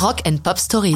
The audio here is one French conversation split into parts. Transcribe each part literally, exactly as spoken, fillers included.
Rock and Pop Stories.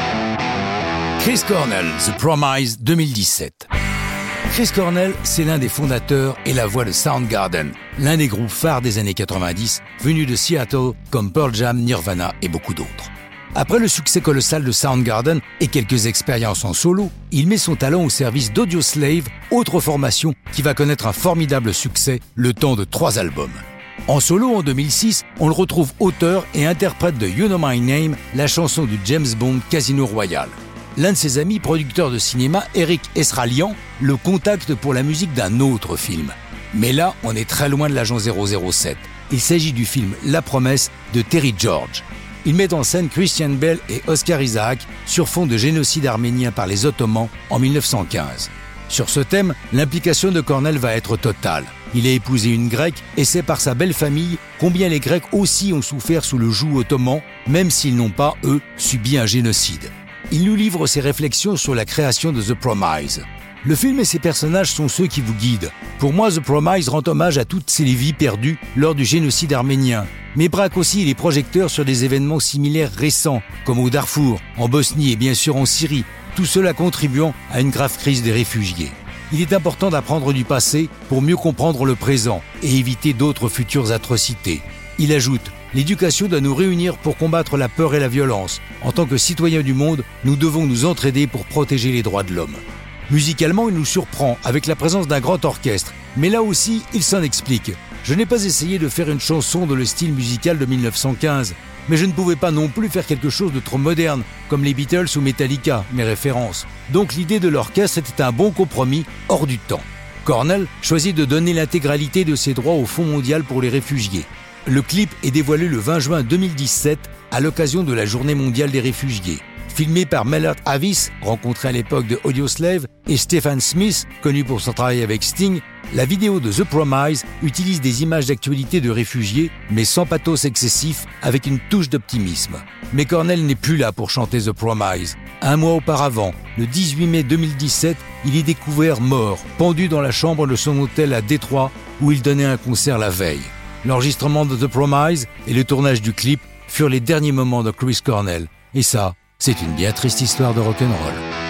Chris Cornell, The Promise deux mille dix-sept. Chris Cornell, c'est l'un des fondateurs et la voix de Soundgarden, l'un des groupes phares des années quatre-vingt-dix, venus de Seattle comme Pearl Jam, Nirvana et beaucoup d'autres. Après le succès colossal de Soundgarden et quelques expériences en solo, il met son talent au service d'Audioslave, autre formation qui va connaître un formidable succès le temps de trois albums. En solo en deux mille six, on le retrouve auteur et interprète de You Know My Name, la chanson du James Bond Casino Royale. L'un de ses amis producteurs de cinéma, Eric Esralian, le contacte pour la musique d'un autre film. Mais là, on est très loin de l'agent zéro zéro sept. Il s'agit du film La Promesse de Terry George. Il met en scène Christian Bale et Oscar Isaac sur fond de génocide arménien par les Ottomans en mille neuf cent quinze. Sur ce thème, l'implication de Cornell va être totale. Il a épousé une Grecque et sait par sa belle famille combien les Grecs aussi ont souffert sous le joug ottoman, même s'ils n'ont pas, eux, subi un génocide. Il nous livre ses réflexions sur la création de The Promise. Le film et ses personnages sont ceux qui vous guident. Pour moi, The Promise rend hommage à toutes ces vies perdues lors du génocide arménien, mais braque aussi les projecteurs sur des événements similaires récents, comme au Darfour, en Bosnie et bien sûr en Syrie, tout cela contribuant à une grave crise des réfugiés. Il est important d'apprendre du passé pour mieux comprendre le présent et éviter d'autres futures atrocités. Il ajoute « L'éducation doit nous réunir pour combattre la peur et la violence. En tant que citoyens du monde, nous devons nous entraider pour protéger les droits de l'homme. » Musicalement, il nous surprend avec la présence d'un grand orchestre, mais là aussi, il s'en explique. Je n'ai pas essayé de faire une chanson dans le style musical de mille neuf cent quinze, mais je ne pouvais pas non plus faire quelque chose de trop moderne, comme les Beatles ou Metallica, mes références. Donc l'idée de l'orchestre était un bon compromis hors du temps. Cornell choisit de donner l'intégralité de ses droits au Fonds mondial pour les réfugiés. Le clip est dévoilé le vingt juin deux mille dix-sept à l'occasion de la Journée mondiale des réfugiés. Filmé par Mellert Avis, rencontré à l'époque de Audioslave, et Stephen Smith, connu pour son travail avec Sting, la vidéo de The Promise utilise des images d'actualité de réfugiés, mais sans pathos excessif, avec une touche d'optimisme. Mais Cornell n'est plus là pour chanter The Promise. Un mois auparavant, le dix-huit mai deux mille dix-sept, il est découvert mort, pendu dans la chambre de son hôtel à Détroit, où il donnait un concert la veille. L'enregistrement de The Promise et le tournage du clip furent les derniers moments de Chris Cornell. Et ça, c'est une bien triste histoire de rock'n'roll.